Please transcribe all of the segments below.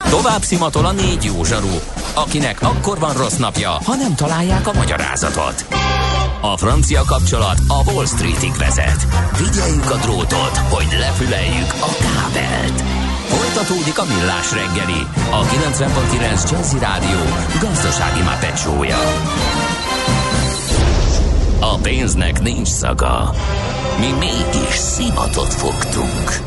Tovább szimatol a 4 jó zsaru, akinek akkor van rossz napja, ha nem találják a magyarázatot. A francia kapcsolat a Wall Streetig vezet. Figyeljük a drótot, hogy lefüleljük a kábelt. Folytatódik a Millás reggeli, a 90.9 Jazzy Rádió gazdasági mápecsója. A pénznek nincs szaga. Mi mégis szimatot fogtunk.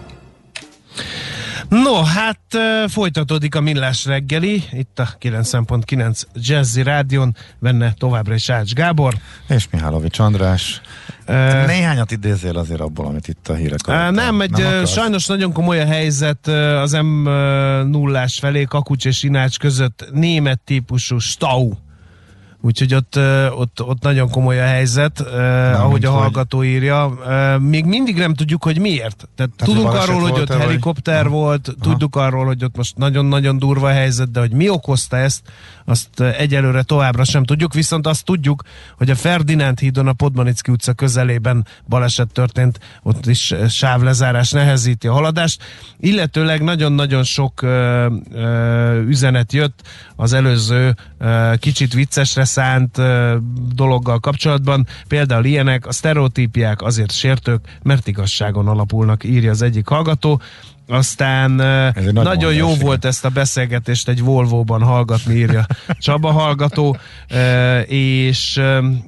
No, hát folytatódik a Millás reggeli, itt a 90.9 Jazzy Rádion, benne továbbra is Ács Gábor. És Mihálovics András. Néhányat idézzél azért abból, amit itt a hírek alatt. Sajnos nagyon komoly a helyzet az M0-ás felé, Kakucs és Inács között, német típusú stau. Úgyhogy ott nagyon komoly a helyzet, ahogy a hallgató írja. Még mindig nem tudjuk, hogy miért. Tehát tudunk arról, hogy ott helikopter volt, tudjuk arról, hogy ott most nagyon-nagyon durva a helyzet, de hogy mi okozta ezt, azt egyelőre továbbra sem tudjuk, viszont azt tudjuk, hogy a Ferdinánd hídon a Podmanicki utca közelében baleset történt, ott is sávlezárás nehezíti a haladást, illetőleg nagyon-nagyon sok üzenet jött az előző kicsit viccesre szánt dologgal kapcsolatban, például ilyenek: a sztereotípiák azért sértők, mert igazságon alapulnak, írja az egyik hallgató. Aztán nagyon jó volt ezt a beszélgetést egy Volvo-ban hallgatni, írja Csaba hallgató, és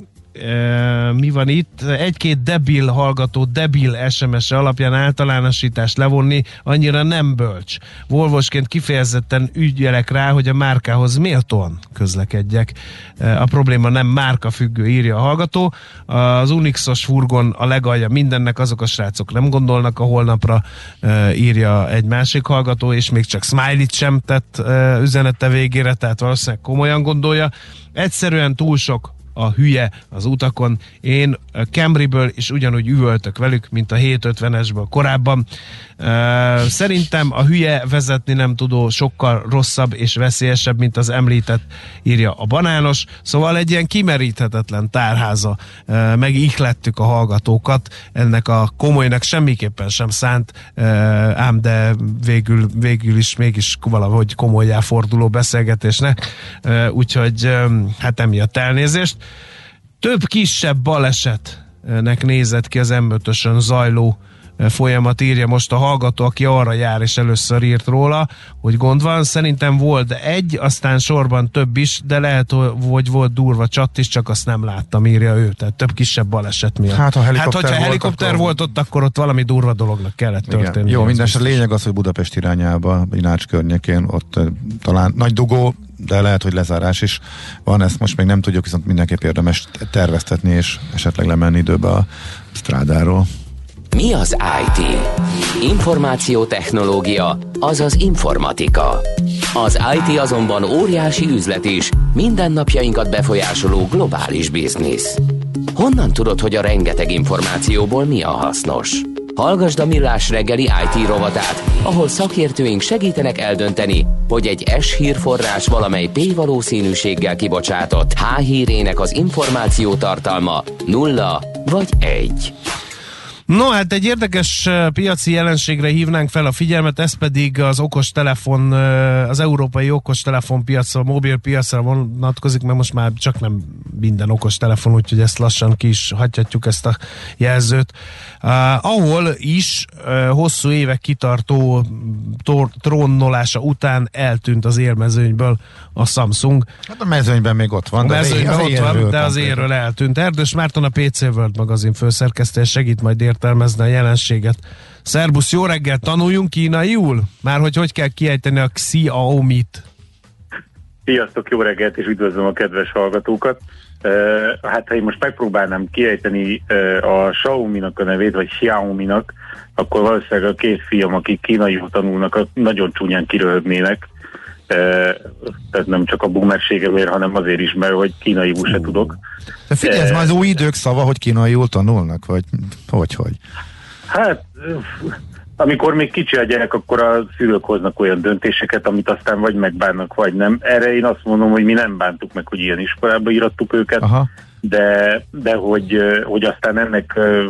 mi van itt? Egy-két debil hallgató debil SMS-e alapján általánosítást levonni annyira nem bölcs. Volvosként kifejezetten ügyelek rá, hogy a márkához méltóan közlekedjek. A probléma nem márka függő, írja a hallgató. Az Unixos furgon a legalja mindennek, azok a srácok nem gondolnak a holnapra, írja egy másik hallgató, és még csak smiley-t sem tett üzenete végére, tehát valószínűleg komolyan gondolja. Egyszerűen túl sok a hülye az utakon. Én Camryből is ugyanúgy üvöltök velük, mint a 750-esből korábban. Szerintem a hülye vezetni nem tudó sokkal rosszabb és veszélyesebb, mint az említett, írja a banános. Szóval egy ilyen kimeríthetetlen tárháza, meg ihlettük a hallgatókat, ennek a komolynak semmiképpen sem szánt, ám de végül is mégis valahogy komolyá forduló beszélgetésnek, úgyhogy hát emiatt elnézést. Több kisebb balesetnek nézett ki az M5-ösön zajló folyamat, írja most a hallgató, aki arra jár és először írt róla, hogy gond van. Szerintem volt egy, aztán sorban több is, de lehet, hogy volt durva csatt is, csak azt nem láttam, írja ő. Tehát több kisebb baleset miatt. Hát, hogyha helikopter volt ott, akkor ott valami durva dolognak kellett történni. Jó, mindenesetre lényeg az, hogy Budapest irányába, Inács környékén, ott talán nagy dugó, de lehet, hogy lezárás is van, ezt most még nem tudjuk, viszont mindenképp érdemes terveztetni, és esetleg lemenni időbe a strádáról. Mi az IT? Információtechnológia, azaz informatika. Az IT azonban óriási üzlet is, mindennapjainkat befolyásoló globális biznisz. Honnan tudod, hogy a rengeteg információból mi a hasznos? Hallgasd a Millás reggeli IT rovatát, ahol szakértőink segítenek eldönteni, hogy egy S-hírforrás valamely P-valószínűséggel kibocsátott H-hírének az információ tartalma 0 vagy 1. No, hát egy érdekes piaci jelenségre hívnánk fel a figyelmet, ez pedig az okostelefon, az európai okostelefon piacra, mobilpiacra vonatkozik, mert most már csak nem minden okostelefon, úgyhogy ezt lassan ki is hagyhatjuk, ezt a jelzőt. Ahol is hosszú évek kitartó trónolása után eltűnt az élmezőnyből a Samsung. Hát a mezőnyben még ott van. A mezőnyben ott van, de az érről eltűnt. Erdős Márton, a PC World magazin főszerkesztője segít majd értelmezni a jelenséget. Szerbusz, jó reggelt, tanuljunk kínaiul? Már hogy kell kiejteni a Xiaomi-t? Sziasztok, jó reggelt, és üdvözlöm a kedves hallgatókat. Hát ha én most megpróbálnám kiejteni a Xiaomi-nak a nevét, vagy Xiaomi-nak, akkor valószínűleg a két fiam, akik kínaiul tanulnak, nagyon csúnyán kiröhögnének. Tehát nem csak a boomerségemért, hanem azért is, mert hogy kínaiul se tudok. De figyelj, ez már az új idők szava, hogy kínaiul tanulnak, vagy hogy? Hát, amikor még kicsi a gyerek, akkor a szülők hoznak olyan döntéseket, amit aztán vagy megbánnak, vagy nem. Erre én azt mondom, hogy mi nem bántuk meg, hogy ilyen iskolába írattuk őket, de hogy aztán ennek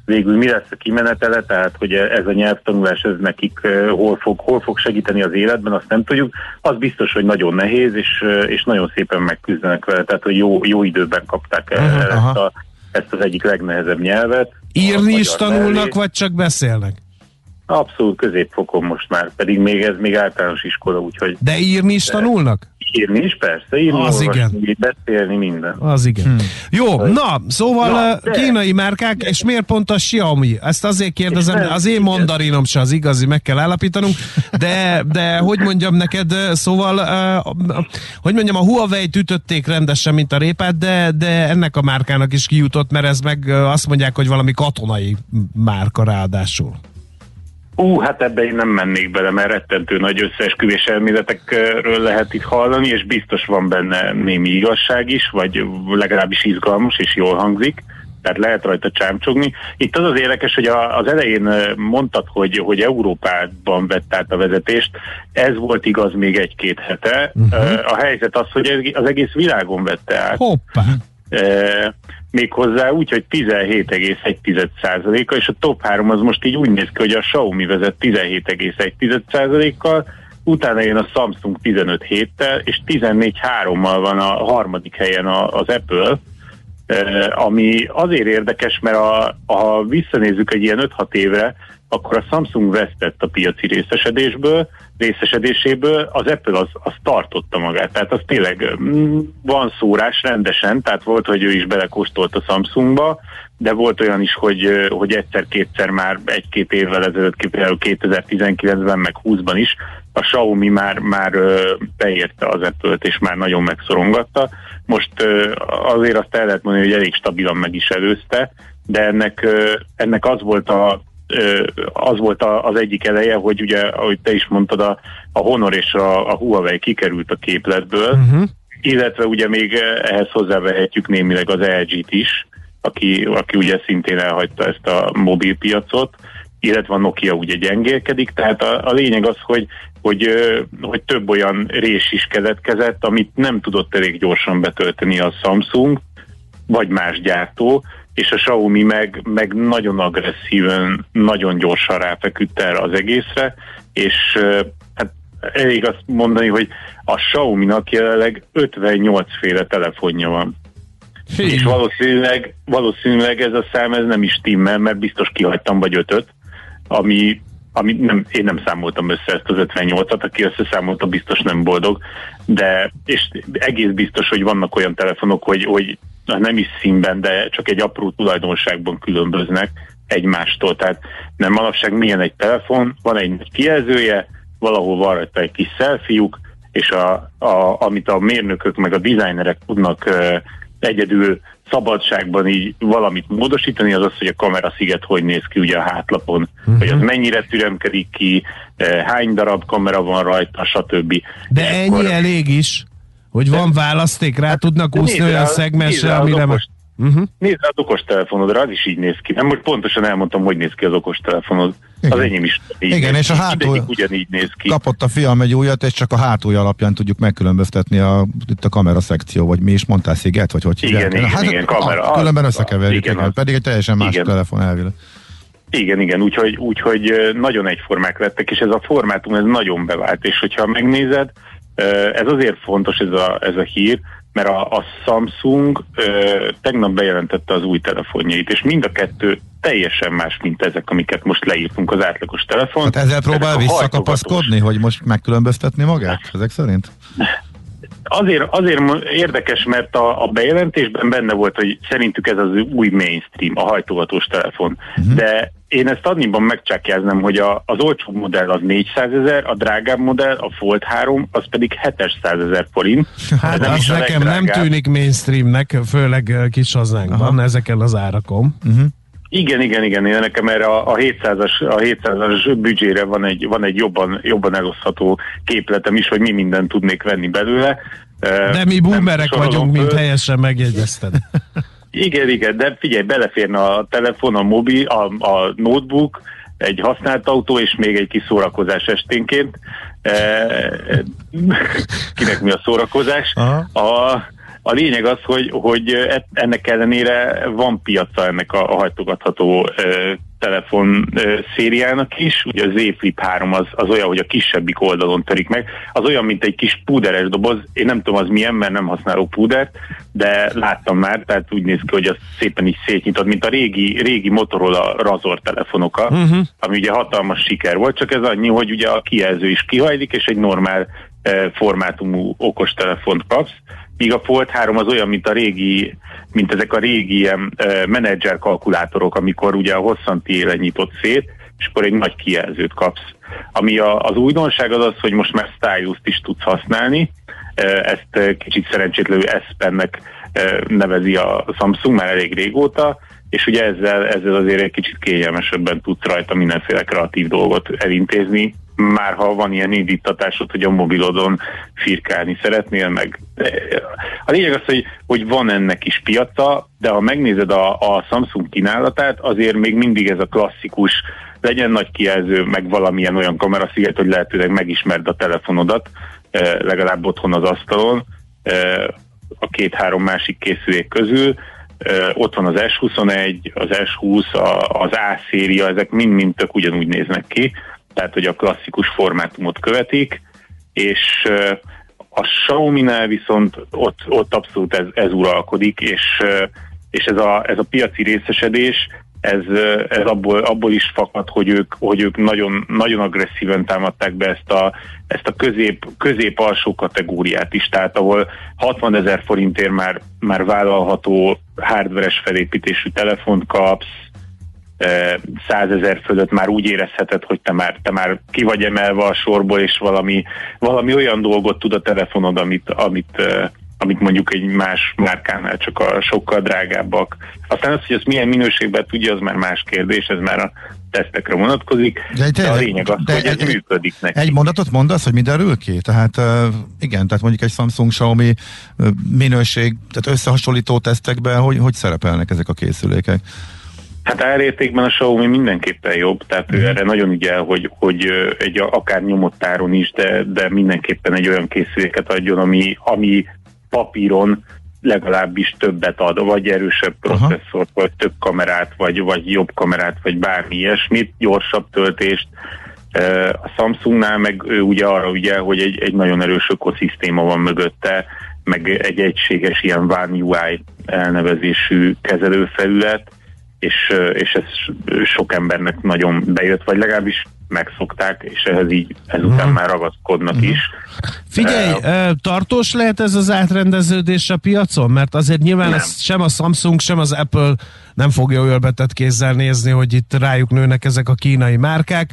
végül mi lesz a kimenetele, tehát hogy ez a nyelvtanulás ez nekik hol fog segíteni az életben, azt nem tudjuk. Az biztos, hogy nagyon nehéz, és nagyon szépen megküzdenek vele, tehát hogy jó időben kapták ezt az egyik legnehezebb nyelvet. Írni is tanulnak, vagy csak beszélnek? Abszolút középfokon most már, pedig ez még általános iskola, úgyhogy... De írni is tanulnak? Írni is, persze. Írni, az olvasni, igen. Beszélni, minden. Az igen. Jó, szóval kínai márkák, és miért pont a Xiaomi? Ezt azért kérdezem, az én mandarinom se az igazi, meg kell állapítanunk, de hogy mondjam neked, szóval, hogy mondjam, a Huawei-t ütötték rendesen, mint a répát, de ennek a márkának is kijutott, mert ez meg azt mondják, hogy valami katonai márka ráadásul. Hát ebbe én nem mennék bele, mert rettentő nagy összeesküvés elméletekről lehet itt hallani, és biztos van benne némi igazság is, vagy legalábbis izgalmas és jól hangzik, tehát lehet rajta csámcsogni. Itt az érdekes, hogy az elején mondtad, hogy Európában vett át a vezetést, ez volt igaz még 1-2 hete. A helyzet az, hogy az egész világon vette át. Hoppá! Méghozzá úgy, hogy 17,1%-a, és a top 3 az most így úgy néz ki, hogy a Xiaomi vezet 17,1%-kal, utána jön a Samsung 15,7-tel, és 14,3-mal van a harmadik helyen az Apple, ami azért érdekes, mert ha visszanézzük egy ilyen 5-6 évre, akkor a Samsung vesztett a piaci részesedéséből, az Apple az tartotta magát, tehát az tényleg van szórás rendesen, tehát volt, hogy ő is belekóstolt a Samsungba, de volt olyan is, hogy egyszer-kétszer már 1-2 évvel ezelőtt, például 2019-ben, meg 20-ban is, a Xiaomi már beérte az Apple-t, és már nagyon megszorongatta. Most azért azt el lehet mondani, hogy elég stabilan meg is előzte, de ennek az volt az egyik eleje, hogy ugye, ahogy te is mondtad, a Honor és a Huawei kikerült a képletből, illetve ugye még ehhez hozzávehetjük némileg az LG-t is, aki ugye szintén elhagyta ezt a mobilpiacot, illetve a Nokia ugye gyengélkedik, tehát a lényeg az, hogy több olyan rés is keletkezett, amit nem tudott elég gyorsan betölteni a Samsung, vagy más gyártó, és a Xiaomi meg nagyon agresszíven, nagyon gyorsan ráfeküdt erre az egészre, és hát elég azt mondani, hogy a Xiaomi-nak jelenleg 58 féle telefonja van. És valószínűleg ez a szám ez nem is stimmel, mert biztos kihagytam vagy 5-öt, ami én nem számoltam össze ezt az 58-at, aki összeszámolta, biztos nem boldog, de és egész biztos, hogy vannak olyan telefonok, hogy nem is színben, de csak egy apró tulajdonságban különböznek egymástól. Tehát nem manapság milyen egy telefon, van egy nagy kijelzője, valahol van rajta egy kis selfie-juk, és amit a mérnökök meg a designerek tudnak egyedül szabadságban így valamit módosítani, az az, hogy a kamerasziget hogy néz ki ugye a hátlapon, hogy az mennyire türemkedik ki, hány darab kamera van rajta, stb. De ennyi elég is, hogy van választék, rá tudnak úszni olyan szegmensre, amire... Nézd az okostelefonodra, az is így néz ki. Nem, most pontosan elmondtam, hogy néz ki az okostelefonod. Igen. Az enyém is így igen, és a hátul ugyanígy néz ki. Kapott a fiam egy újat, és csak a hátulja alapján tudjuk megkülönböztetni itt a kamera szekció, vagy mi is mondtál, sziget, vagy hogy hívják? Igen, kamera. Különben összekeverjük, igen, pedig egy teljesen más telefon elvileg. Igen, úgyhogy nagyon egyformák lettek, és ez a formátum ez nagyon bevált, és hogyha megnézed, ez azért fontos ez a hír, mert a Samsung tegnap bejelentette az új telefonjait, és mind a kettő teljesen más, mint ezek, amiket most leírtunk az átlagos telefon. Hát ezzel próbál visszakapaszkodni, hogy most megkülönböztetni magát, ezek szerint? Azért érdekes, mert a bejelentésben benne volt, hogy szerintük ez az új mainstream, a hajtogatós telefon. De én ezt annyiban megcsákjáznám, hogy az olcsóbb modell az 400 000, a drágább modell, a Fold 3, az pedig 700 000 forint. Hát az nekem nem tűnik mainstreamnek, főleg kis hazánkban, ezeken az árakon. Igen, nekem erre a 700-as büdzsére van egy jobban elosztható képletem is, hogy mi mindent tudnék venni belőle. De mi boomerek vagyunk, mint helyesen megjegyezted. Igen, de figyelj, beleférne a telefon, a mobil, a notebook, egy használt autó, és még egy kis szórakozás esténként. Kinek mi a szórakozás? A A lényeg az, hogy ennek ellenére van piaca ennek a hajtogatható telefon szériának is. Ugye a Z Flip 3 az olyan, hogy a kisebbik oldalon törik meg. Az olyan, mint egy kis púderes doboz. Én nem tudom az milyen, mert nem használok púdert, de láttam már, tehát úgy néz ki, hogy az szépen is szétnyitott, mint a régi Motorola Razor telefonokat, ami ugye hatalmas siker volt, csak ez annyi, hogy ugye a kijelző is kihajlik, és egy normál formátumú okostelefont kapsz. Míg a Fold 3 az olyan, mint ezek a régi ilyen menedzser kalkulátorok, amikor ugye a hosszanti élen nyitott szét, és akkor egy nagy kijelzőt kapsz. Ami az újdonság az, hogy most már stylust is tudsz használni, ezt kicsit szerencsétlenül S Pennek nevezi a Samsung már elég régóta, és ugye ezzel azért egy kicsit kényelmesebben tudsz rajta mindenféle kreatív dolgot elintézni, már ha van ilyen indítatásod, hogy a mobilodon firkálni szeretnél, meg a lényeg az, hogy van ennek is piaca, de ha megnézed a Samsung kínálatát, azért még mindig ez a klasszikus, legyen nagy kijelző, meg valamilyen olyan kamerasziget, hogy lehetőleg megismerd a telefonodat, legalább otthon az asztalon, a 2-3 másik készülék közül. Ott van az S21, az S20, az A széria, ezek mind tök ugyanúgy néznek ki, tehát hogy a klasszikus formátumot követik, és a Xiaomi-nál viszont ott abszolút ez uralkodik, és ez a piaci részesedés, ez abból is fakad, hogy ők nagyon, nagyon agresszíven támadták be ezt a közép alsó kategóriát is, tehát ahol 60 000 forintért már vállalható hardveres felépítésű telefont kapsz, 100 000 fölött már úgy érezheted, hogy te már ki vagy emelve a sorból, és valami olyan dolgot tud a telefonod, amit mondjuk egy más márkánál csak a sokkal drágábbak. Aztán az, hogy ezt milyen minőségben tudja, az már más kérdés, ez már a tesztekre vonatkozik, de a lényeg az, hogy ez működik neki. Egy mondatot mondasz, hogy mi derül ki? Tehát igen, tehát mondjuk egy Samsung, Xiaomi minőség, tehát összehasonlító tesztekben, hogy szerepelnek ezek a készülékek? Hát árértékben a Xiaomi mindenképpen jobb, tehát ő erre nagyon ügyel, hogy egy akár nyomott áron is, de mindenképpen egy olyan készüléket adjon, ami papíron legalábbis többet ad, vagy erősebb processzort, vagy több kamerát, vagy jobb kamerát, vagy bármi ilyesmit, gyorsabb töltést. A Samsungnál meg ő ugye arra ügyel, hogy egy nagyon erős ökoszisztéma van mögötte, meg egy egységes ilyen One UI elnevezésű kezelőfelület, és ez sok embernek nagyon bejött, vagy legalábbis megszokták, és ezután már ragaszkodnak is. Figyelj, tartós lehet ez az átrendeződés a piacon? Mert azért nyilván sem a Samsung, sem az Apple nem fogja ölbetett kézzel nézni, hogy itt rájuk nőnek ezek a kínai márkák.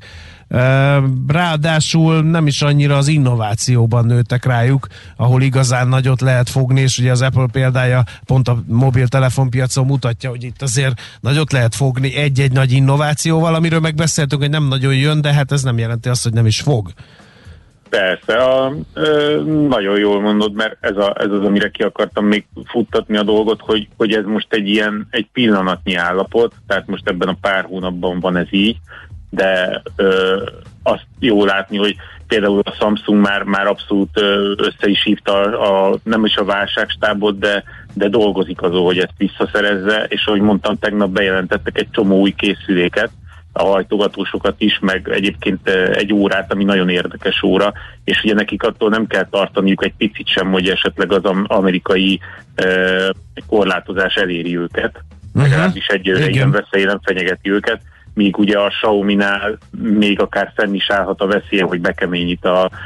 Ráadásul nem is annyira az innovációban nőttek rájuk, ahol igazán nagyot lehet fogni, és ugye az Apple példája pont a mobiltelefonpiacon mutatja, hogy itt azért nagyot lehet fogni egy-egy nagy innovációval, amiről megbeszéltünk, hogy nem nagyon jön, de hát ez nem jelenti azt, hogy nem is fog. Persze, nagyon jól mondod, mert ez az, amire ki akartam még futtatni a dolgot, hogy ez most egy pillanatnyi állapot, tehát most ebben a pár hónapban van ez így, de azt jó látni, hogy például a Samsung már abszolút össze is hívta nem is a válságstábot, de dolgozik azon, hogy ezt visszaszerezze, és ahogy mondtam, tegnap bejelentettek egy csomó új készüléket, a hajtogatósokat is, meg egyébként egy órát, ami nagyon érdekes óra, és ugye nekik attól nem kell tartaniuk egy picit sem, hogy esetleg az amerikai korlátozás eléri őket, legalábbis egyőre ilyen veszély nem fenyegeti őket, míg ugye a Xiaomi-nál még akár fenn is állhat a veszélye, hogy bekeményít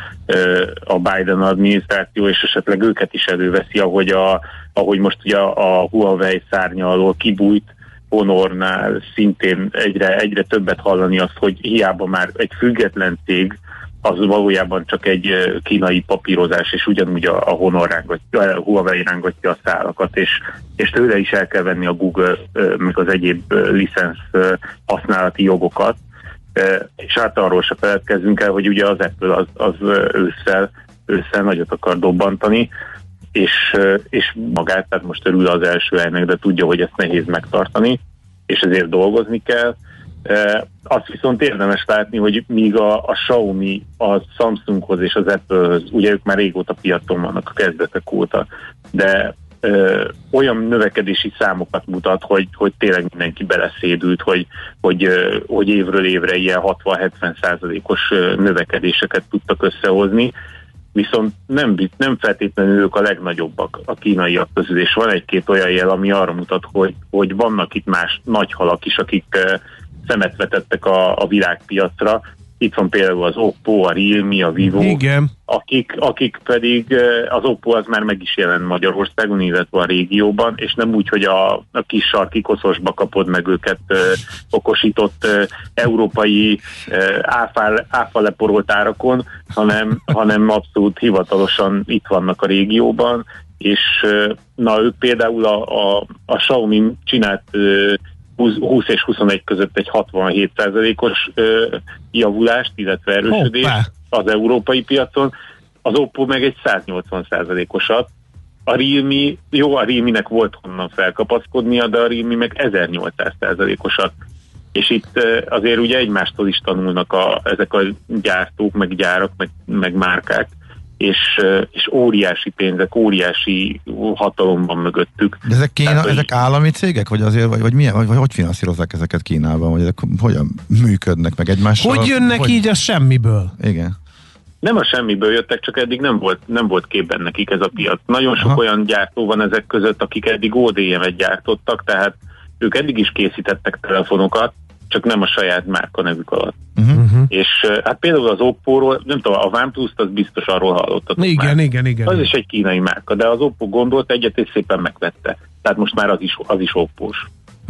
a Biden adminisztráció, és esetleg őket is előveszi, ahogy most ugye a Huawei szárnya alól kibújt, Honornál szintén egyre többet hallani azt, hogy hiába már egy független cég, az valójában csak egy kínai papírozás, és ugyanúgy a Honor Huawei rángatja a szálakat, és tőle is el kell venni a Google, meg az egyéb licensz használati jogokat, és hát arról se feledkezzünk el, hogy ugye az Apple az ősszel nagyot akar dobbantani, és magát, tehát most örül az első helynek, de tudja, hogy ezt nehéz megtartani, és ezért dolgozni kell. Azt viszont érdemes látni, hogy míg a Xiaomi a Samsunghoz és az Applehöz, ugye ők már régóta piacon vannak a kezdetek óta, de olyan növekedési számokat mutat, hogy tényleg mindenki beleszédült, hogy évről évre ilyen 60-70%-os növekedéseket tudtak összehozni, viszont nem feltétlenül ők a legnagyobbak a kínaiak közül, és van egy-két olyan jel, ami arra mutat, hogy vannak itt más nagy halak is, akik szemet vetettek a világpiacra. Itt van például az Oppo, a Realme, a Vivo, igen. Akik pedig, az Oppo az már meg is jelent Magyarországon, illetve a régióban, és nem úgy, hogy a kis sarki koszosba kapod meg őket okosított európai áfa leporolt árakon, hanem abszolút hivatalosan itt vannak a régióban, és ők például a Xiaomi csinált 20 és 21 között egy 67%-os javulást, illetve erősödést az európai piacon, az Oppo meg egy 180%-osat. A Realme-nek volt honnan felkapaszkodnia, de a Realme meg 1800%-osat. És itt azért ugye egymástól is tanulnak ezek a gyártók, meg gyárak, meg márkák, és óriási pénzek, óriási hatalom van mögöttük. De ezek állami cégek, vagy azért, vagy milyen, vagy hogy finanszírozzák ezeket Kínában, vagy ezek hogyan működnek meg egymással? Hogy jönnek így a semmiből? Igen. Nem a semmiből jöttek, csak eddig nem volt képben nekik ez a piac. Nagyon sok olyan gyártó van ezek között, akik eddig ODM-et gyártottak, tehát ők eddig is készítettek telefonokat, csak nem a saját márka nevük alatt. És hát például az Oppo-ról, nem tudom, a OnePlus-t az biztos arról hallottatok igen, már. Igen. Az is egy kínai márka, de az Oppo gondolt egyet, és szépen megvette. Tehát most már az is Oppós.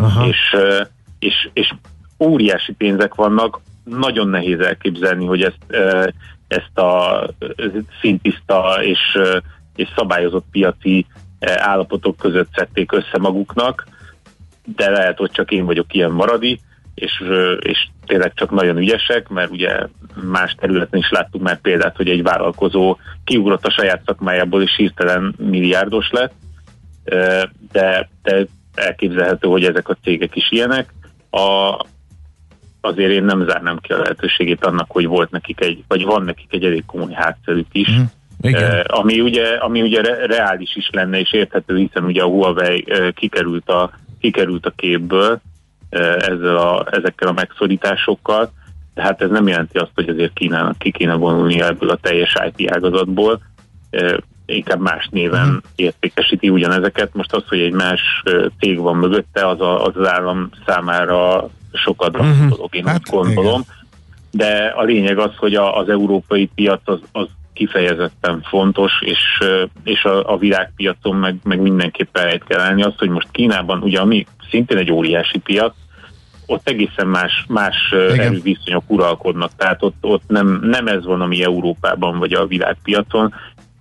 És óriási pénzek vannak, nagyon nehéz elképzelni, hogy ezt a szintiszta és szabályozott piaci állapotok között szedték össze maguknak, de lehet, hogy csak én vagyok ilyen maradi, és tényleg csak nagyon ügyesek, mert ugye más területen is láttuk már példát, hogy egy vállalkozó kiugrott a saját szakmájából, és hirtelen milliárdos lett, de elképzelhető, hogy ezek a cégek is ilyenek. Azért én nem zárnám ki a lehetőségét annak, hogy van nekik egy elég komoly hátszerük is, ami ugye reális is lenne, és érthető, hiszen ugye a Huawei kikerült a képből ezekkel a megszorításokkal, de hát ez nem jelenti azt, hogy azért Kínának ki kéne vonulnia ebből a teljes IT ágazatból, inkább más néven értékesíti ugyanezeket. Most az, hogy egy más cég van mögötte, az állam számára sokat dolog, én úgy gondolom. De a lényeg az, hogy az európai piac az kifejezetten fontos, és a világpiacon meg mindenképpen el kell állni. Az, hogy most Kínában, ugye ami szintén egy óriási piac, ott egészen más erőviszonyok uralkodnak, tehát ott nem ez van, ami Európában vagy a világpiacon,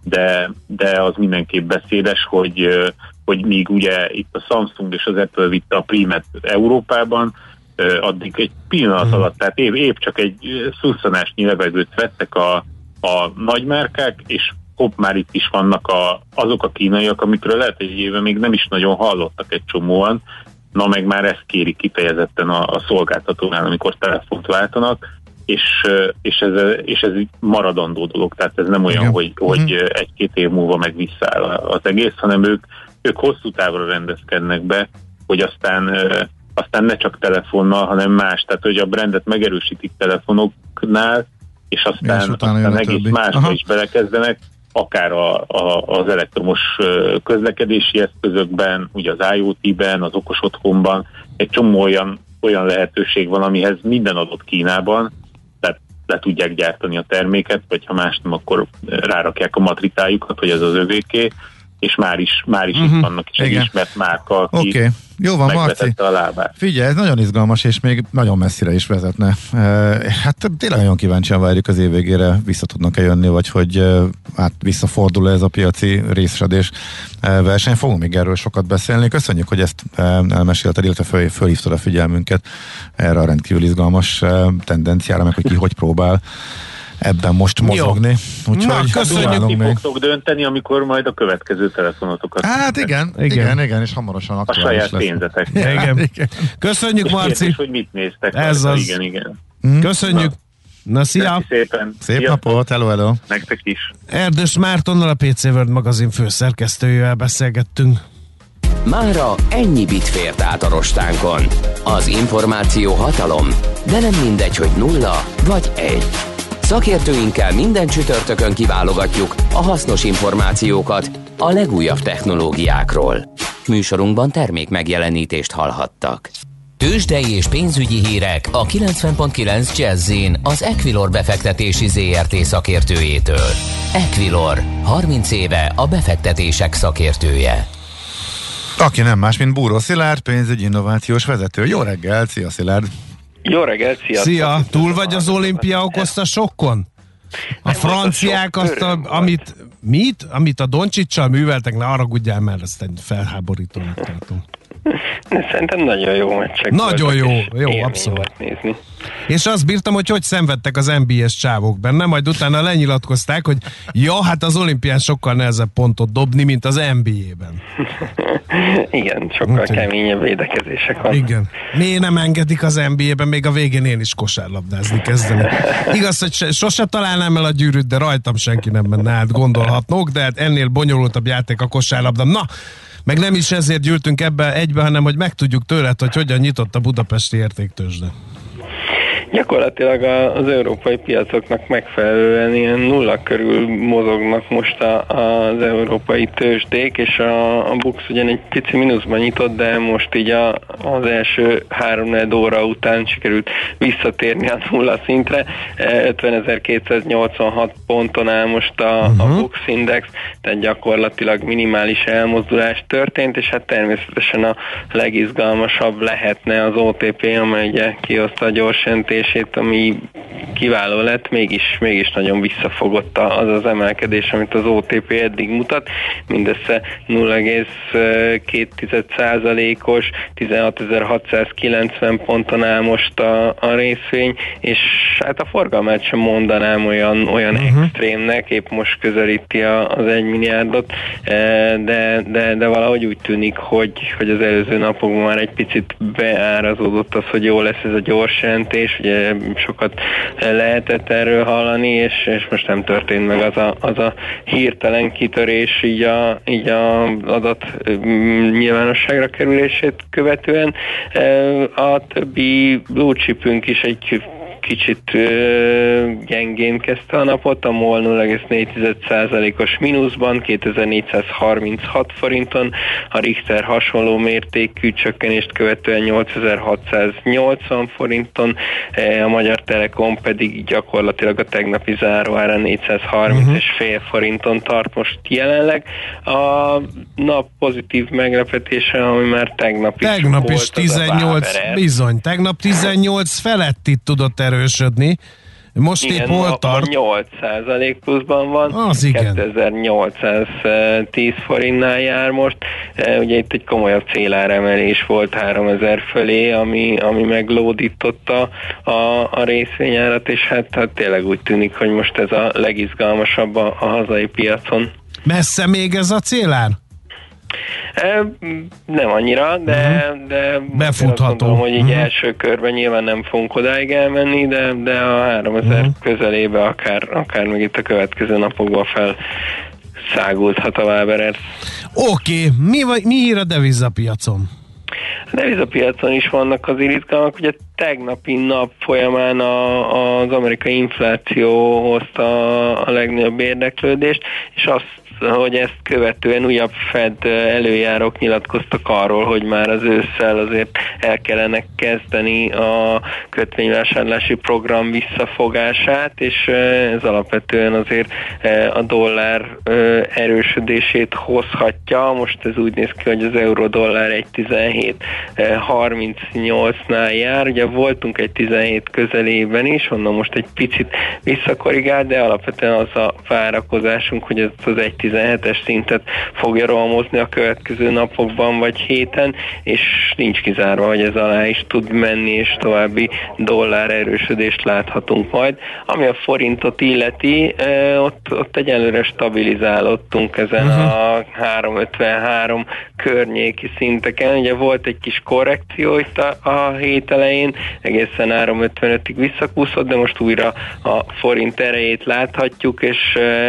de az mindenképp beszédes, hogy míg ugye itt a Samsung és az Apple vitte a prímet Európában, addig egy pillanat alatt, tehát épp csak egy szusszanásnyi levegőt vettek a nagymárkák, és hopp, már itt is vannak azok a kínaiak, amikről lehet egy éve még nem is nagyon hallottak egy csomóan, na meg már ezt kéri kifejezetten a szolgáltatónál, amikor telefont váltanak, és ez egy maradandó dolog, tehát ez nem olyan, hogy egy-két év múlva meg visszaáll az egész, hanem ők hosszú távra rendezkednek be, hogy aztán ne csak telefonnal, hanem más, tehát hogy a brandet megerősítik telefonoknál, és aztán egész másra is belekezdenek, akár az elektromos közlekedési eszközökben, ugye az IoT-ben, az okos otthonban, egy csomó olyan lehetőség van, amihez minden adott Kínában, tehát le tudják gyártani a terméket, vagy ha más nem, akkor rárakják a matricájukat, hogy ez az övéké, és már is itt vannak is egy ismert márka, aki jó van, Marci. A lábát. Figyelj, ez nagyon izgalmas, és még nagyon messzire is vezetne. Hát tényleg nagyon kíváncsian várjuk az év végére, vissza tudnak-e jönni, vagy hogy visszafordul ez a piaci részesedés verseny. Fogunk még erről sokat beszélni. Köszönjük, hogy ezt elmesélted, illetve fölhívtad a figyelmünket erre a rendkívül izgalmas tendenciára, meg hogy ki hogy próbál ebben most mozogni. Úgyhogy köszönjük, ki fogtok dönteni, amikor majd a következő telefonotokat. Hát igen, és hamarosan aktuális lesz. A saját pénzetek. Igen. Köszönjük, Marci. És hogy mit néztek. Ez az. Igen. Köszönjük. Na, szia! Szépen. Szép napot, hello! Nektek is. Erdős Mártonnal, a PC World magazin főszerkesztőjével beszélgettünk. Mára ennyi bit fért át a rostánkon. Az információ hatalom, de nem mindegy, hogy 0 vagy 1. Szakértőinkkel minden csütörtökön kiválogatjuk a hasznos információkat a legújabb technológiákról. Műsorunkban termék megjelenítést hallhattak. Tőzsdei és pénzügyi hírek a 90.9 Jazz-in az Equilor befektetési ZRT szakértőjétől. Equilor, 30 éve a befektetések szakértője. Aki nem más, mint Búró Szilárd, pénzügyi innovációs vezető. Jó reggelt, szia Szilárd! Jó reggelt, sziasztok! Szia! Túl vagy az olimpia okozta sokkon? A franciák azt, amit a Doncsicsal műveltek, ne haragudjál, mert ezt felháborítónak tartom. Szerintem nagyon jó meccsek. Nagyon jó, abszolút. Nézni. És azt bírtam, hogy szemvedtek az NBA-s csávok benne, majd utána lenyilatkozták, hogy hát az olimpián sokkal nehezebb pontot dobni, mint az NBA-ben. Igen, sokkal keményebb védekezések van. Igen. Miért nem engedik az NBA-ben, még a végén én is kosárlabdázni kezdeni. Igaz, hogy sose találnám el a gyűrűt, de rajtam senki nem menne át, gondolhatnók, de hát ennél bonyolultabb játék a kosárlabda. Na, meg nem is ezért gyűltünk ebbe egybe, hanem hogy megtudjuk tőled, hogy hogyan nyitott a budapesti értéktőzsde. Gyakorlatilag az európai piacoknak megfelelően ilyen nulla körül mozognak most az európai tőzsdék, és a BUX ugyan egy pici mínuszban nyitott, de most így az első 3-4 óra után sikerült visszatérni a nulla szintre. 50.286 ponton áll most a BUX Index, tehát gyakorlatilag minimális elmozdulás történt, és hát természetesen a legizgalmasabb lehetne az OTP, amely ugye kihozta a gyors jelentését, ami kiváló lett, mégis nagyon visszafogott az emelkedés, amit az OTP eddig mutat. Mindössze 0,2%-os 16.690 ponton áll most a részvény, és hát a forgalmát sem mondanám olyan extrémnek, épp most közelíti az 1 milliárdot, de valahogy úgy tűnik, hogy az előző napokban már egy picit beárazódott az, hogy jó lesz ez a gyors jelentés, ugye sokat lehetett erről hallani, és most nem történt meg az a hirtelen kitörés így a adat nyilvánosságra kerülését követően. A többi blue chipünk is egy kicsit gyengén kezdte a napot, a MOL 0,4%-os mínuszban, 2436 forinton, a Richter hasonló mértékű csökkenést követően 8680 forinton, a Magyar Telekom pedig gyakorlatilag a tegnapi záróára 430,5 forinton tart most jelenleg. A nap pozitív meglepetése, ami már tegnap is volt, 18, bizony, tegnap 18 felett itt tudott erősödni. Most igen, épp hol tart? 8% pluszban van, az 2810 forintnál jár most. Ugye itt egy komolyabb céláremelés volt 3000 fölé, ami meglódította a részvényárat, és hát tényleg úgy tűnik, hogy most ez a legizgalmasabb a hazai piacon. Messze még ez a célár? Nem annyira, de befutható. Gondolom, hogy így első körben nyilván nem fogunk odáig elmenni, de a 3000 közelébe akár még itt a következő napokban felszáguldhat a Waberers. Oké, mi ír a devizapiacon? A devizapiacon is vannak az izgalmak, ugye tegnapi nap folyamán az amerikai infláció hozta a legnagyobb érdeklődést, és azt, hogy ezt követően újabb Fed előjárók nyilatkoztak arról, hogy már az ősszel azért el kellene kezdeni a kötvényvásárlási program visszafogását, és ez alapvetően azért a dollár erősödését hozhatja. Most ez úgy néz ki, hogy az euró-dollár 1,1738-nál jár. Ugye voltunk egy 17 közelében is, onnan most egy picit visszakorrigál, de alapvetően az a várakozásunk, hogy ez az 1,17-es szintet fogja rohamozni a következő napokban vagy héten, és nincs kizárva, hogy ez alá is tud menni, és további dollár erősödést láthatunk majd. Ami a forintot illeti, ott egyelőre stabilizálódtunk ezen a 3,53 környéki szinteken. Ugye volt egy kis korrekció itt a hét elején, egészen 3.55-ig visszakúszott, de most újra a forint erejét láthatjuk, és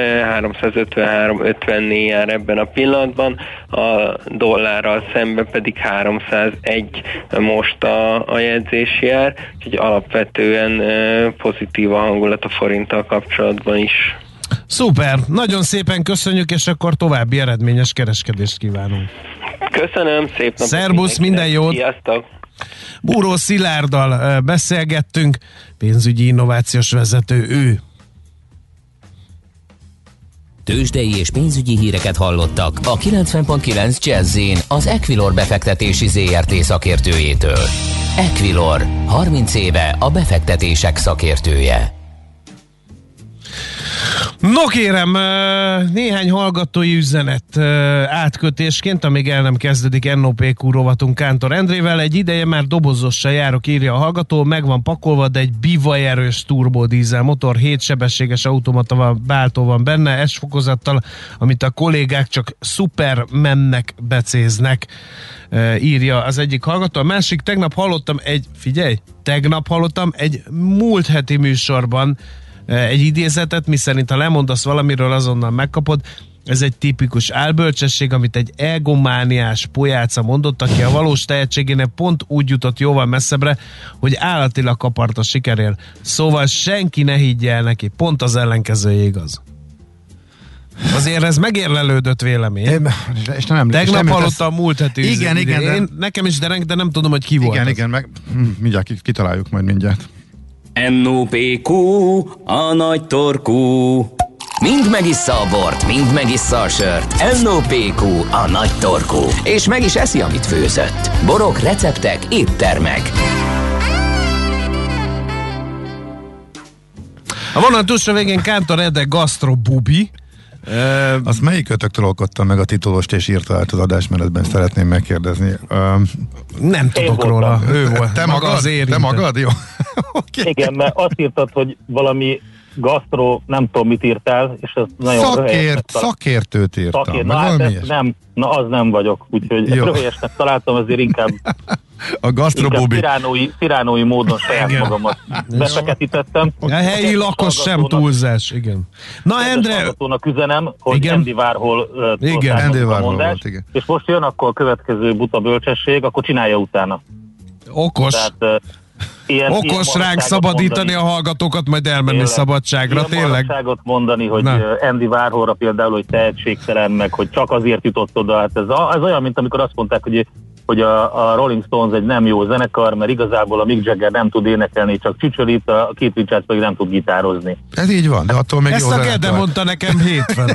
353.54 jár ebben a pillanatban, a dollárral szemben pedig 301 most a jegyzési ár, úgyhogy alapvetően pozitív a hangulat a forinttal kapcsolatban is. Szuper, nagyon szépen köszönjük, és akkor további eredményes kereskedést kívánunk. Köszönöm, szép napot! Szerbusz, minden jót! Sziasztok! Búró Szilárddal beszélgettünk, pénzügyi innovációs vezető ő. Tőzsdei és pénzügyi híreket hallottak a 90.9 Jazz-in az Equilor befektetési ZRT szakértőjétől. Equilor, 30 éve a befektetések szakértője. No kérem, néhány hallgatói üzenet átkötésként, amíg el nem kezdődik NOPQ rovatunk Kántor Endrével. Egy ideje már dobozossal járok, írja a hallgató, meg van pakolva, de egy bivajerős turbodízel motor, 7 sebességes automata váltó van benne, S fokozattal, amit a kollégák csak Supermannek becéznek, írja az egyik hallgató. A másik, tegnap hallottam egy múlt heti műsorban egy idézetet, miszerint ha lemondasz valamiről, azonnal megkapod. Ez egy tipikus álbölcsesség, amit egy egomániás pojáca mondott, aki a valós tehetségének pont úgy jutott jóval messzebbre, hogy állatilag kapart a sikerél. Szóval senki ne higgye el neki, pont az ellenkezője igaz. Azért ez megérlelődött vélemény. És nem tegnap hallottam a múlt heti igen, nekem is de nem tudom, hogy ki volt. Igen, mindjárt kitaláljuk majd mindjárt. NOPQ, a nagy torkú. Mind megissza a bort, mind megissza a sört. NOPQ, a nagy torkú. És meg is eszi, amit főzött. Borok, receptek, éttermek. A vonal túlsó végén Kántor Ede gasztrobubi. Azt melyik ötöktől alkotta meg a titolost és írta át az adásmenetben, szeretném megkérdezni. Nem tudok róla. Ő volt. Te magad? Jó. Okay. Igen, mert azt írtad, hogy valami gasztro, nem tudom mit írtál, és ez nagyon szakértőt írtam. Az nem vagyok, úgyhogy röhelyesnek találtam, ezért inkább a gasztrobubi. Sziránói módon saját magamat befeketítettem. A helyi lakos sem túlzás, igen. Na, Endre... hallgatónak üzenem, hogy Andy Warhol volt, igen. És most jön akkor a következő buta bölcsesség, akkor csinálja utána. Okos. Tehát, okos ránk szabadítani mondani, a hallgatókat, majd elmenni szabadságra, tényleg. Ilyen mondani, hogy Andy Warholra például, hogy tehetségtelen, meg hogy csak azért jutott oda. Hát ez olyan, mint amikor azt mondták, hogy a Rolling Stones egy nem jó zenekar, mert igazából a Mick Jagger nem tud énekelni, csak csücsörít, a Keith Richards pedig nem tud gitározni. Ez így van, de attól még ezt jó a Gede mondta nekem hétfőn.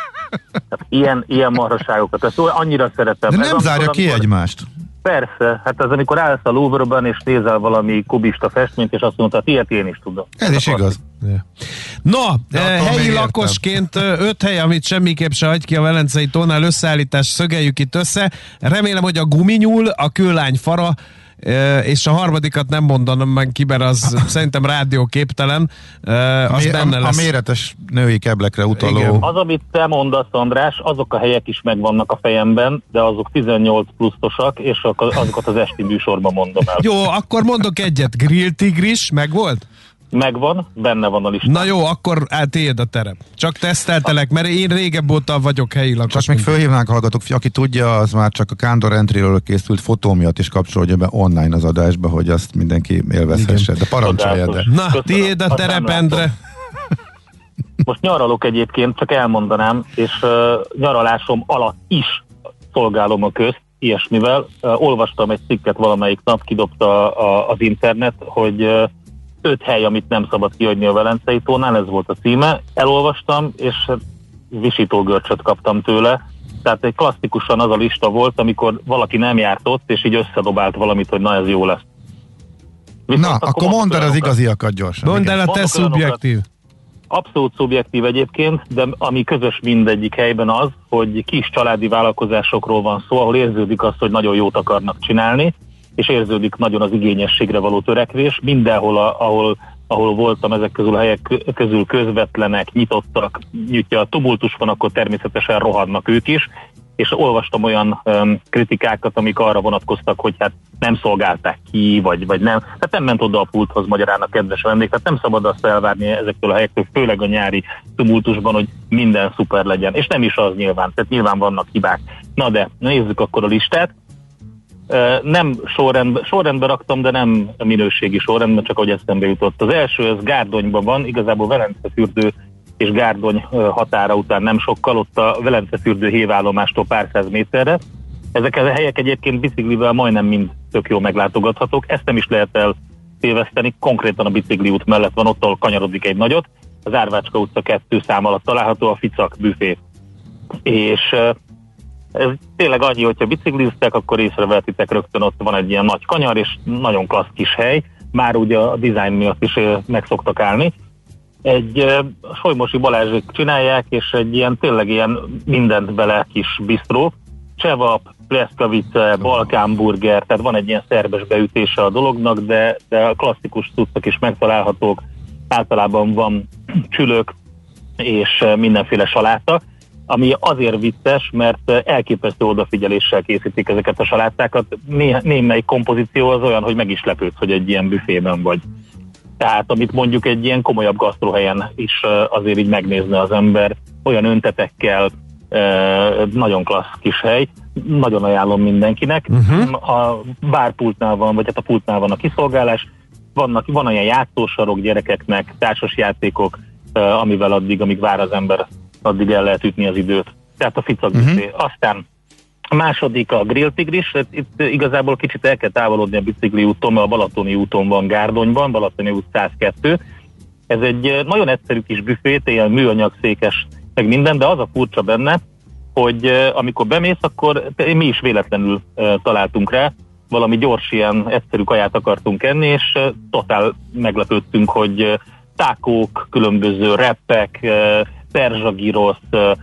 Ilyen marhaságokat, ezt annyira szeretem. De nem zárja ki egymást. Persze, hát az amikor állsz a Louvre-ban és nézel valami kubista festményt, és azt mondta, ilyet én is tudom. Ez is igaz. No, helyi lakosként 5 hely, amit semmiképp se hagy ki a Velencei tónál, összeállítás, szögeljük itt össze. Remélem, hogy a guminyúl, a kőlány fara, és a harmadikat nem mondanom meg ki, mert az szerintem rádióképtelen. Az benne lesz. A méretes női keblekre utaló. Igen. Az, amit te mondasz, András, azok a helyek is megvannak a fejemben, de azok 18 pluszosak, és azokat az esti műsorban mondom el. Jó, akkor mondok egyet. Grill Tigris, megvolt? Megvan, benne van a listán. Na jó, akkor tiéd a terep. Csak teszteltelek, mert én régebb óta vagyok helyi lakos. Csak még fölhívnánk hallgatók, aki tudja, az már csak a Kántor Entryről készült fotó miatt is kapcsolódja be online az adásba, hogy azt mindenki élvezhesse. De parancsolja, de. Na, tiéd a terep, Endre. Most nyaralok egyébként, csak elmondanám, és nyaralásom alatt is szolgálom a közt, ilyesmivel. Olvastam egy cikket valamelyik nap, kidobta az internet, hogy 5 hely, amit nem szabad kihagyni a Velencei tónál, ez volt a címe. Elolvastam, és visítógörcsöt kaptam tőle. Tehát egy klasszikusan az a lista volt, amikor valaki nem járt ott, és így összedobált valamit, hogy na ez jó lesz. Viszont akkor mondd el az igaziakat gyorsan. Mondd el a te szubjektív. Abszolút szubjektív egyébként, de ami közös mindegyik helyben az, hogy kis családi vállalkozásokról van szó, ahol érződik az, hogy nagyon jót akarnak csinálni, és érződik nagyon az igényességre való törekvés. Mindenhol, ahol voltam ezek közül a helyek közül közvetlenek, nyitottak, nyitja a tumultus van, akkor természetesen rohadnak ők is, és olvastam olyan kritikákat, amik arra vonatkoztak, hogy hát nem szolgálták ki, vagy nem. Tehát nem ment oda a pulthoz magyarán a kedves vendég, tehát nem szabad azt elvárni ezektől a helyektől, főleg a nyári tumultusban, hogy minden szuper legyen. És nem is az nyilván, tehát nyilván vannak hibák. Na de, nézzük akkor a listát. Nem sorrendben raktam, de nem minőségi sorrendben, csak ahogy eszembe jutott. Az első, ez Gárdonyban van, igazából Velencefürdő és Gárdony határa után nem sokkal, ott a Velencefürdő hévállomástól pár száz méterre. Ezek a helyek egyébként biciklivel majdnem mind tök jó meglátogathatók, ezt nem is lehet eltéveszteni, konkrétan a bicikliút mellett van, ott ahol kanyarodik egy nagyot, az Árvácska utca 2 szám alatt található a Ficak büfé. És ez tényleg annyi, hogyha bicikliztek, akkor észrevehetitek rögtön, ott van egy ilyen nagy kanyar, és nagyon klassz kis hely, már ugye a dizájn miatt is meg szoktak állni. Egy Solymosi Balázsék csinálják, és egy ilyen tényleg ilyen mindent bele kis bistró, csevap, pleszkavice, balkánburger, tehát van egy ilyen szerbes beütése a dolognak, de a klasszikus cuccok is megtalálhatók, általában van csülök és mindenféle saláta, ami azért vicces, mert elképesztő odafigyeléssel készítik ezeket a salátákat. Némelyik kompozíció az olyan, hogy meg is lepődsz, hogy egy ilyen büfében vagy. Tehát amit mondjuk egy ilyen komolyabb gasztrohelyen is azért így megnézne az ember, olyan öntetekkel, nagyon klassz kis hely, nagyon ajánlom mindenkinek. A bárpultnál van, vagy hát a pultnál van a kiszolgálás, van olyan játszósarok gyerekeknek, társas játékok, amivel amíg vár az ember, addig el lehet ütni az időt. Tehát a Ficak büfé. Aztán a második a Grill Tigris, itt igazából kicsit el kell távolodni a bicikli úton, mert a Balatoni úton van Gárdonyban, Balatoni út 102. Ez egy nagyon egyszerű kis büfé, ilyen műanyag székes, meg minden, de az a furcsa benne, hogy amikor bemész, akkor mi is véletlenül találtunk rá, valami gyors ilyen egyszerű kaját akartunk enni, és totál meglepődtünk, hogy tákók, különböző reppek, perzsagirosz,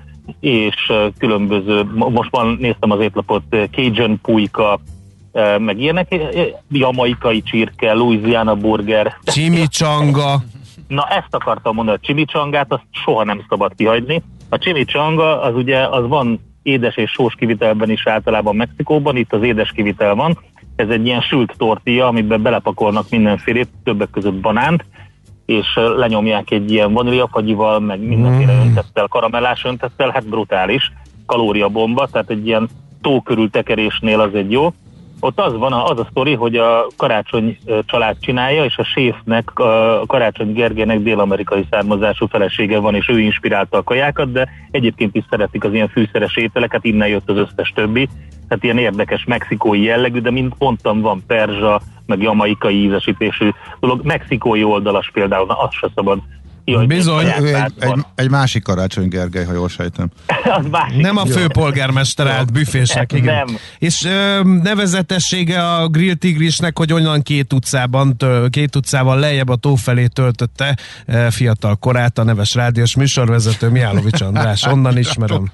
és különböző, most már néztem az étlapot, Cajun pulyka, meg ilyenek, jamaikai csirke, Louisiana burger. Chimichanga. Na ezt akartam mondani, a chimichangát azt soha nem szabad kihagyni. A chimichanga az ugye, az van édes és sós kivitelben is általában Mexikóban, itt az édes kivitel van. Ez egy ilyen sült tortilla, amiben belepakolnak mindenfélét, többek között banánt, és lenyomják egy ilyen vaníliafagyival, meg mindenféle öntettel, karamellás öntettel, hát brutális, kalóriabomba, tehát egy ilyen tó körül tekerésnél az egy jó. Ott az van, az a sztori, hogy a Karácsony család csinálja, és a séfnek, a Karácsony Gergelynek dél-amerikai származású felesége van, és ő inspirálta a kajákat, de egyébként is szeretik az ilyen fűszeres ételeket, innen jött az összes többi. Tehát ilyen érdekes mexikói jellegű, de mint mondtam, van perzsa, meg jamaikai ízesítésű dolog. Mexikói oldalas például, azt se szabad. Bizony, egy másik Karácsony Gergely, ha jól sejtem. Nem a főpolgármester állt büfések, igen. Nem. És nevezetessége a Grill Tigrisnek, hogy onnan két utcával lejjebb a tó felé töltötte fiatal korát a neves rádiós műsorvezető Mihálovics András. Onnan ismerem.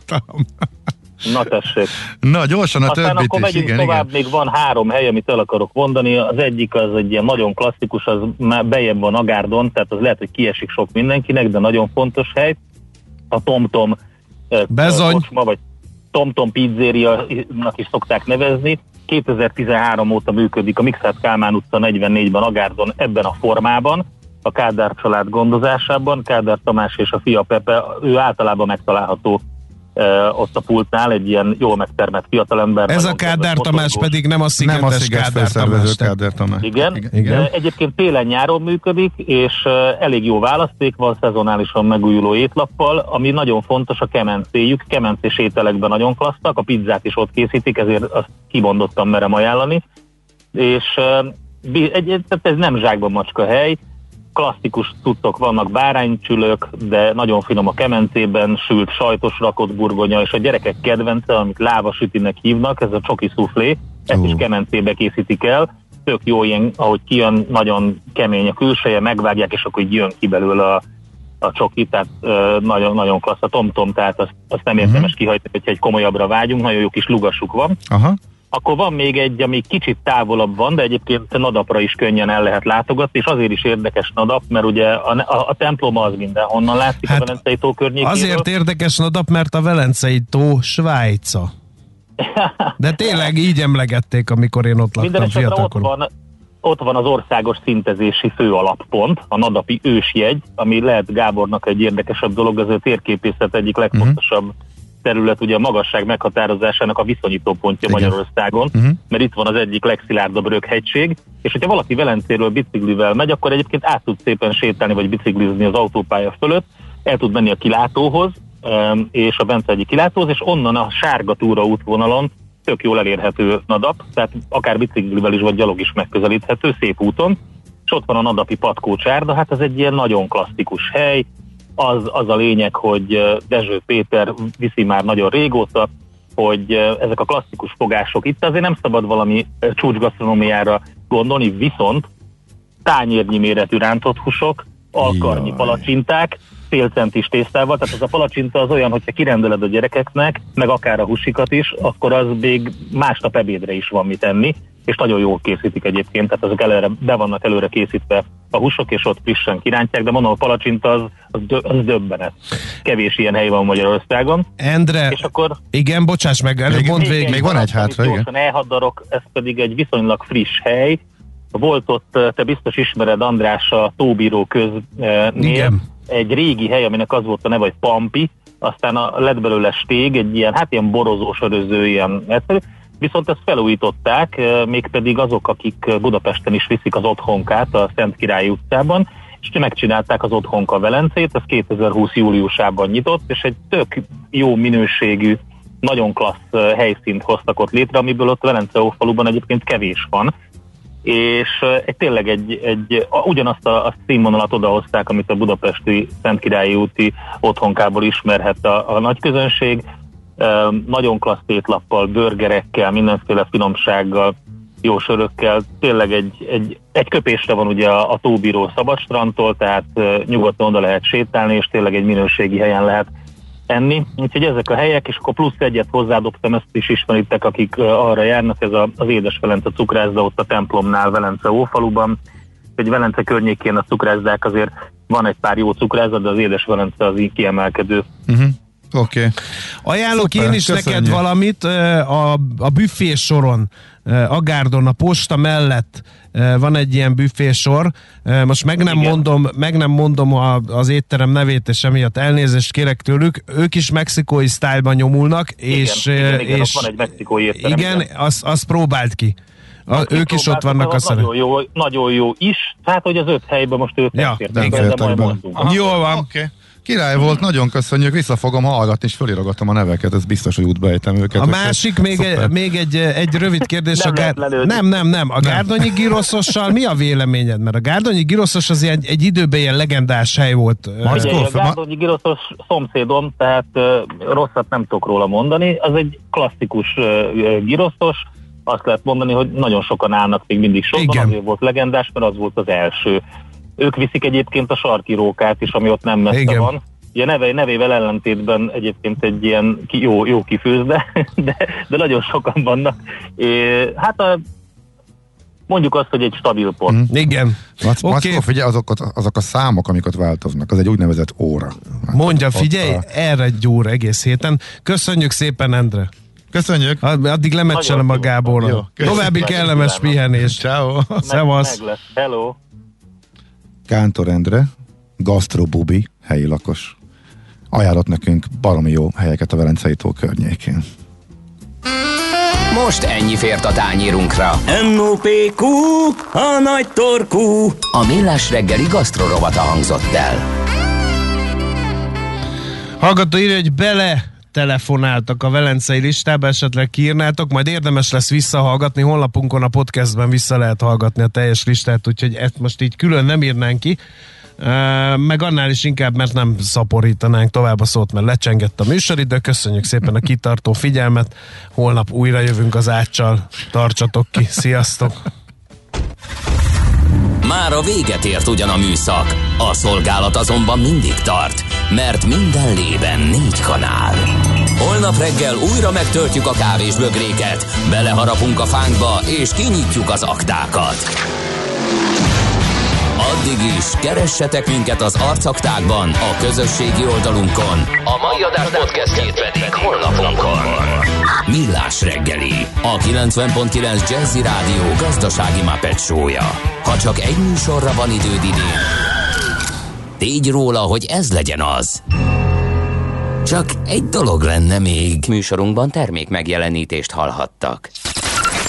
Na tessék. Na gyorsan a aztán többit akkor is, megyünk igen, tovább, igen. még van 3 hely, amit el akarok mondani. Az egyik az egy ilyen nagyon klasszikus, az már bejebb van Agárdon, tehát az lehet, hogy kiesik sok mindenkinek, de nagyon fontos hely. A TomTom kocsma, vagy TomTom Pizzeria-nak is szokták nevezni. 2013 óta működik a Mikszáth Kálmán utca 44-ben Agárdon ebben a formában, a Kádár család gondozásában. Kádár Tamás és a fia Pepe, ő általában megtalálható ott a pultnál, egy ilyen jól megtermett fiatalember. Ez a Kádár Tamás pedig nem a szigetes Kádár Tamás. Igen. Egyébként télen-nyáron működik, és elég jó választék van, szezonálisan megújuló étlappal, ami nagyon fontos a kemencéjük. Kemencés ételekben nagyon klasszak, a pizzát is ott készítik, ezért azt kimondottan merem ajánlani. És ez nem zsákban macska hely, klasszikus cuccok vannak, báránycsülök, de nagyon finom a kemencében, sült sajtos rakott burgonya, és a gyerekek kedvence, amit lávasütinek hívnak, ez a csoki szuflé, ezt is kemencébe készítik el, tök jó ilyen, ahogy kijön, nagyon kemény a külseje, megvágják, és akkor így jön ki belőle a csoki, tehát nagyon, nagyon klassz a TomTom, tehát azt nem érdemes kihagyni, hogyha egy komolyabbra vágyunk, nagyon jó kis lugasuk van. Aha. Akkor van még egy, ami kicsit távolabb van, de egyébként Nadapra is könnyen el lehet látogatni, és azért is érdekes Nadap, mert ugye a templom az mindenhonnan látszik, hát a Velencei tó környékéről. Azért érdekes Nadap, mert a Velencei tó Svájca. De tényleg így emlegették, amikor én ott laktam fiatalkorban. Ott van az országos szintezési főalappont, a nadapi ősjegy, ami lehet Gábornak egy érdekesebb dolog, az a térképészet egyik legfontosabb terület, ugye a magasság meghatározásának a viszonyítópontja Magyarországon, mert itt van az egyik legszilárdabb röghegység, és hogyha valaki Velencéről biciklivel megy, akkor egyébként át tud szépen sétálni, vagy biciklizni az autópálya fölött, el tud menni a kilátóhoz, és a Bence egyik kilátóhoz, és onnan a sárga túraútvonalon tök jól elérhető Nadap, tehát akár biciklivel is, vagy gyalog is megközelíthető, szép úton, és ott van a nadapi patkócsárda, hát ez egy ilyen nagyon klasszikus hely, az a lényeg, hogy Dezső Péter viszi már nagyon régóta, hogy ezek a klasszikus fogások, itt azért nem szabad valami csúcsgasztronómiára gondolni, viszont tányérnyi méretű rántott húsok, alkarnyi palacsinták, félcentis tésztával, tehát az a palacsinta az olyan, hogyha kirendeled a gyerekeknek, meg akár a húsikat is, akkor az még másnap ebédre is van mit enni, és nagyon jól készítik egyébként, tehát azok előre, be vannak előre készítve a húsok, és ott frissen kirántják, de mondom, a palacsinta az döbbenet. Kevés ilyen hely van Magyarországon. Endre, és akkor igen, bocsáss meg, mondd végig. Még van egy hátra, igen. Elhadarok, ez pedig egy viszonylag friss hely. Volt ott, te biztos ismered, András, a Tóbíró köznél, egy régi hely, aminek az volt a neve, hogy Pampi, aztán lett belőle stég, egy ilyen borozós, öröző, ilyen egyszerű. Viszont ezt felújították, mégpedig azok, akik Budapesten is viszik az otthonkát a Szent Királyi utcában, és megcsinálták az otthonka Velencét, ez 2020 júliusában nyitott, és egy tök jó minőségű, nagyon klassz helyszínt hoztak ott létre, amiből ott Velence Ófaluban egyébként kevés van, és tényleg ugyanazt a színvonalat odahozták, amit a budapesti Szent Királyi úti otthonkából ismerhet a nagy közönség, nagyon klassz étlappal, burgerekkel, mindenféle finomsággal, jó sörökkel, tényleg egy köpésre van ugye a Tóbíró szabadstrandtól, tehát nyugodtan oda lehet sétálni, és tényleg egy minőségi helyen lehet enni. Úgyhogy ezek a helyek, és akkor plusz egyet hozzádobtam, ezt is ismeritek, akik arra járnak, ez az Édes Velence cukrászda ott a templomnál Velence Ófaluban. Egy Velence környékén a cukrászdák azért van egy pár jó cukrászda, de az Édes Velence az így kiemelkedő. Oké. Ajánlok szuper, én is köszönjük neked valamit, a büfé soron, Agárdon, a posta mellett van egy ilyen büfésor, most meg nem mondom az étterem nevét, és emiatt elnézést kérek tőlük, ők is mexikói sztájlban nyomulnak, és van egy mexikói étterem. Igen, azt próbáld ki. Ők is ott vannak a szerep. Nagyon jó is, hát hogy az 5 helyben most ők nem fértek be, de majd mondunk. Jól van. Okay. Király volt, nagyon köszönjük, vissza fogom hallgatni, és fölirogatom a neveket, ez biztos, hogy útbeejtem őket. A másik, még egy rövid kérdés. Nem. A Gárdonyi Giroszossal mi a véleményed? Mert a Gárdonyi Giroszos az egy időben ilyen legendás hely volt. A Gárdonyi Giroszos szomszédom, tehát rosszat nem tudok róla mondani. Az egy klasszikus giroszos, azt lehet mondani, hogy nagyon sokan állnak még mindig sorban, azért volt legendás, mert az volt az első. Ők viszik egyébként a sarki rókát is, ami ott nem messze van. Ugye nevével ellentétben egyébként egy ilyen jó kifőzde, de nagyon sokan vannak. Hát mondjuk azt, hogy egy stabil pont. Igen. Mackó, figyelj, azok a számok, amiket változnak, az egy úgynevezett óra. Mondja, figyelj, erre egy óra egész héten. Köszönjük szépen, Endre. Köszönjük. Addig lemecselem a Gáborra. További kellemes pihenés. Ciao. Szevasz. Hello. Kántor Endre, gasztrobubi, helyi lakos. Ajánlott nekünk baromi jó helyeket a Velencei tó környékén. Most ennyi fért a tányérunkra. M.O.P.Q. a nagy torkú. A Millás reggeli gasztrorovata hangzott el. Hallgató írja, hogy telefonáltak a velencei listába, esetleg kiírnátok, majd érdemes lesz visszahallgatni, honlapunkon a podcastben vissza lehet hallgatni a teljes listát, úgyhogy ezt most így külön nem írnánk ki, meg annál is inkább, mert nem szaporítanánk tovább a szót, mert lecsengett a műsoridő. Köszönjük szépen a kitartó figyelmet, holnap újra jövünk az Áccsal, tartsatok ki, sziasztok! Már a véget ért ugyan a műszak, a szolgálat azonban mindig tart, mert minden lében 4 kanál. Holnap reggel újra megtöltjük a kávésbögréket, beleharapunk a fánkba és kinyitjuk az aktákat. Addig is, keressetek minket az arcaktákban, a közösségi oldalunkon. A mai adás podcastjét pedig honlapunkon. Millás reggeli, a 90.9 Jazzy Rádió gazdasági Muppet show-ja. Ha csak egy műsorra van időd idén, tégy róla, hogy ez legyen az. Csak egy dolog lenne még. Műsorunkban termék megjelenítést hallhattak.